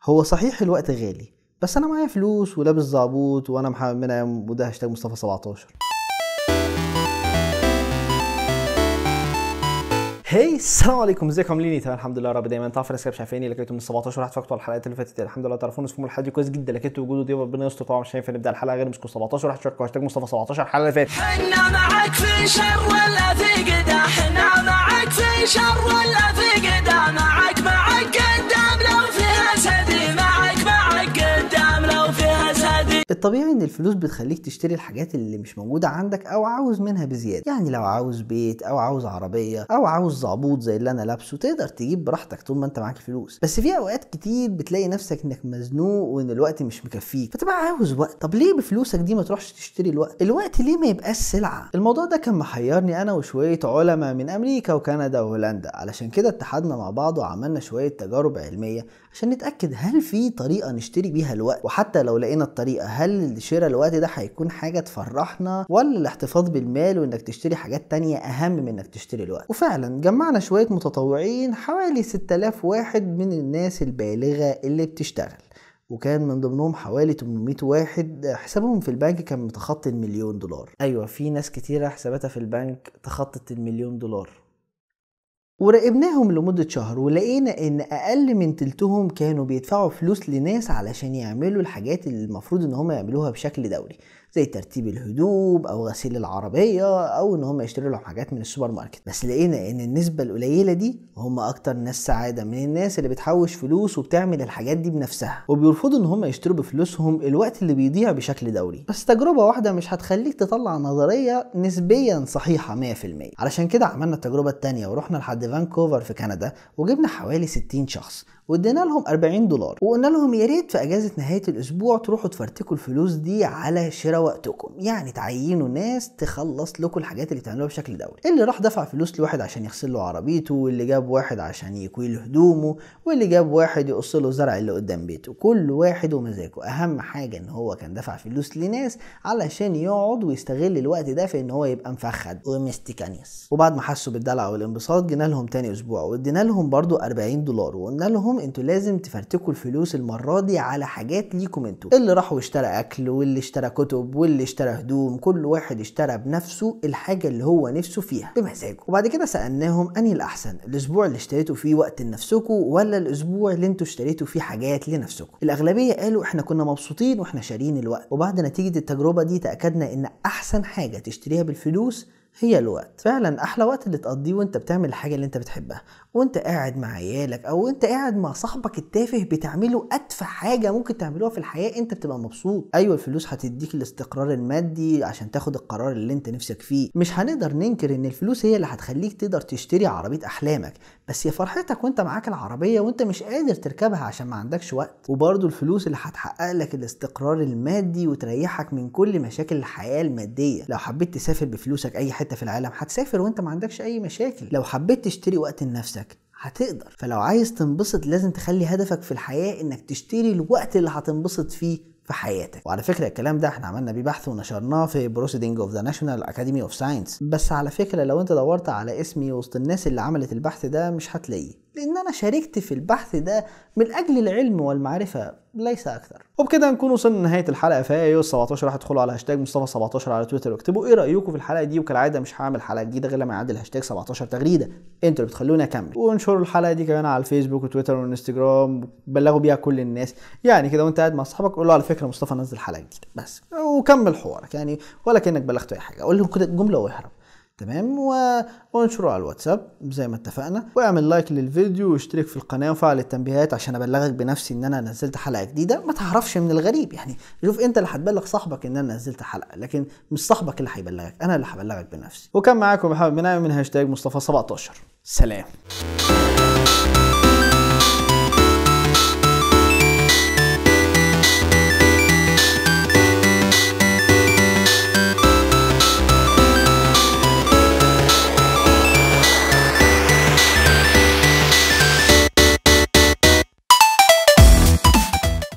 هو صحيح الوقت غالي، بس انا معايا فلوس ولابس زعبوط وانا محمد منعم وده هاشتاج مصطفى 17. هاي السلام عليكم، ازيكم عاملين ايه؟ تمام الحمد لله رب دايما. تعرفوا الناس مش عارفيني، لكنتم من 17 واحد فاكتوا على الحلقات اللي فاتت الحمد لله تعرفون اسمهم الحلقه دي كويس جدا، لكنتوا وجوده دي ربنا يستر طبعا مش هينفع نبدا الحلقه غير مسكوا 17 واحد شاركوا هاشتاج مصطفى 17 الحلقه اللي فاتت. حنا معاك في شر ولا في قدا، حنا معاك في شر ولا في قدا، معاك قدام لو فيها سدي، معاك قدام لو فيها سدي. الطبيعي ان الفلوس بتخليك تشتري الحاجات اللي مش موجوده عندك او عاوز منها بزياده، يعني لو عاوز بيت او عاوز عربيه او عاوز زعبوط زي اللي انا لابسه تقدر تجيب براحتك طول ما انت معاك فلوس. بس في اوقات كتير بتلاقي نفسك انك مزنوق وان الوقت مش مكفيك فتبقى عاوز وقت. طب ليه بفلوسك دي ما تروحش تشتري الوقت ليه ما يبقاش سلعه؟ الموضوع ده كان محيرني انا وشويه علماء من امريكا وكندا وهولندا، علشان كده اتحدنا مع بعض وعملنا شويه تجارب علميه عشان نتاكد هل في طريقه نشتري بيها الوقت، وحتى لو لقينا الطريقه هل شراء الوقت ده هيكون حاجه تفرحنا ولا الاحتفاظ بالمال وانك تشتري حاجات تانية اهم من انك تشتري الوقت. وفعلا جمعنا شويه متطوعين حوالي 6000 واحد من الناس البالغه اللي بتشتغل، وكان من ضمنهم حوالي 800 واحد حسابهم في البنك كان متخطي $1,000,000. ايوه في ناس كتيره حساباتها في البنك تخطت $1,000,000. وراقبناهم لمدة شهر ولقينا ان اقل من تلتهم كانوا بيدفعوا فلوس لناس علشان يعملوا الحاجات اللي المفروض ان هم يعملوها بشكل دوري، زي ترتيب الهدوم او غسيل العربية او ان هم يشتروا لهم حاجات من السوبر ماركت. بس لقينا ان النسبة القليلة دي هم اكتر ناس سعادة من الناس اللي بتحوش فلوس وبتعمل الحاجات دي بنفسها، وبيرفضوا ان هم يشتروا بفلوسهم الوقت اللي بيضيع بشكل دوري. بس تجربة واحدة مش هتخليك تطلع نظرية نسبيا صحيحة 100%. علشان كده عملنا التجربة التانية ورحنا لحد فانكوفر في كندا وجبنا حوالي 60 شخص وادينا لهم $40 وقلنا لهم يا ريت في اجازه نهايه الاسبوع تروحوا تفرتكوا الفلوس دي على شراء وقتكم، يعني تعينوا ناس تخلص لكم الحاجات اللي بتعملوها بشكل دوري. اللي راح دفع فلوس لواحد عشان يغسل له عربيته، واللي جاب واحد عشان يكوي له هدومه، واللي جاب واحد يقص له زرع اللي قدام بيته، كل واحد ومزاجه. اهم حاجه ان هو كان دفع فلوس لناس علشان يقعد ويستغل الوقت ده في ان هو يبقى مفخد ومستكانيس. وبعد ما حسوا بالدلع والانبساط جينا لهم تاني اسبوع وادينا لهم برضو $40 وقلنا لهم انتوا لازم تفرتكوا الفلوس المره دي على حاجات ليكم انتوا. اللي راحوا اشترى اكل، واللي اشترى كتب، واللي اشترى هدوم، كل واحد اشترى بنفسه الحاجه اللي هو نفسه فيها بمزاجه. وبعد كده سالناهم انهي الاحسن، الاسبوع اللي اشتريتوا فيه وقت لنفسكم ولا الاسبوع اللي انتوا اشتريتوا فيه حاجات لنفسكم؟ الاغلبيه قالوا احنا كنا مبسوطين واحنا شارين الوقت. وبعد نتيجه التجربه دي تاكدنا ان احسن حاجه تشتريها بالفلوس هي الوقت. فعلا احلى وقت اللي تقضيه وانت بتعمل الحاجه اللي انت بتحبها، وانت قاعد مع عيالك او انت قاعد مع صاحبك التافه بتعملوا اتفه حاجه ممكن تعملوها في الحياه، انت بتبقى مبسوط. ايوه الفلوس هتديك الاستقرار المادي عشان تاخد القرار اللي انت نفسك فيه، مش هنقدر ننكر ان الفلوس هي اللي هتخليك تقدر تشتري عربيه احلامك، بس يا فرحتك وانت معاك العربيه وانت مش قادر تركبها عشان ما عندكش وقت. وبرضه الفلوس اللي هتحقق لك الاستقرار المادي وتريحك من كل مشاكل الحياه الماديه. لو حبيت تسافر بفلوسك اي حته في العالم هتسافر وانت ما عندكش اي مشاكل. لو حبيت تشتري وقت لنفسك هتقدر. فلو عايز تنبسط لازم تخلي هدفك في الحياة انك تشتري الوقت اللي هتنبسط فيه في حياتك. وعلى فكرة الكلام ده احنا عملنا بيه بحث ونشرناه في Proceedings of the National Academy of Science. بس على فكرة لو انت دورت على اسمي وسط الناس اللي عملت البحث ده مش هتلاقيه، لان انا شاركت في البحث ده من اجل العلم والمعرفة ليس اكثر. وبكده نكون وصلنا لنهايه الحلقه. فيا 17 راح تدخلوا على هاشتاج مصطفى 17 على تويتر واكتبوا ايه رايكم في الحلقه دي، وكالعاده مش هعمل حلقه جديده غير لما يعدي الهاشتاج 17 تغريده، انتوا اللي بتخلوني اكمل. وانشروا الحلقه دي كمان على الفيسبوك وتويتر والانستجرام، بلغوا بيها كل الناس يعني كده، وانت قاعد مع اصحابك قول له على فكره مصطفى نزل حلقه جديده بس، وكمل حوارك يعني ولا كانك بلغت اي حاجه، قول لهم كده جمله واهرب تمام. وانشره على الواتساب زي ما اتفقنا، واعمل لايك للفيديو واشترك في القناه وفعل التنبيهات عشان ابلغك بنفسي ان انا نزلت حلقه جديده. ما تعرفش من الغريب يعني، شوف انت اللي هتبلغ صاحبك ان انا نزلت حلقه، لكن مش صاحبك اللي هيبلغك، انا اللي هبلغك بنفسي. وكان معاكم محمد منعم من هاشتاج مصطفى 17. سلام.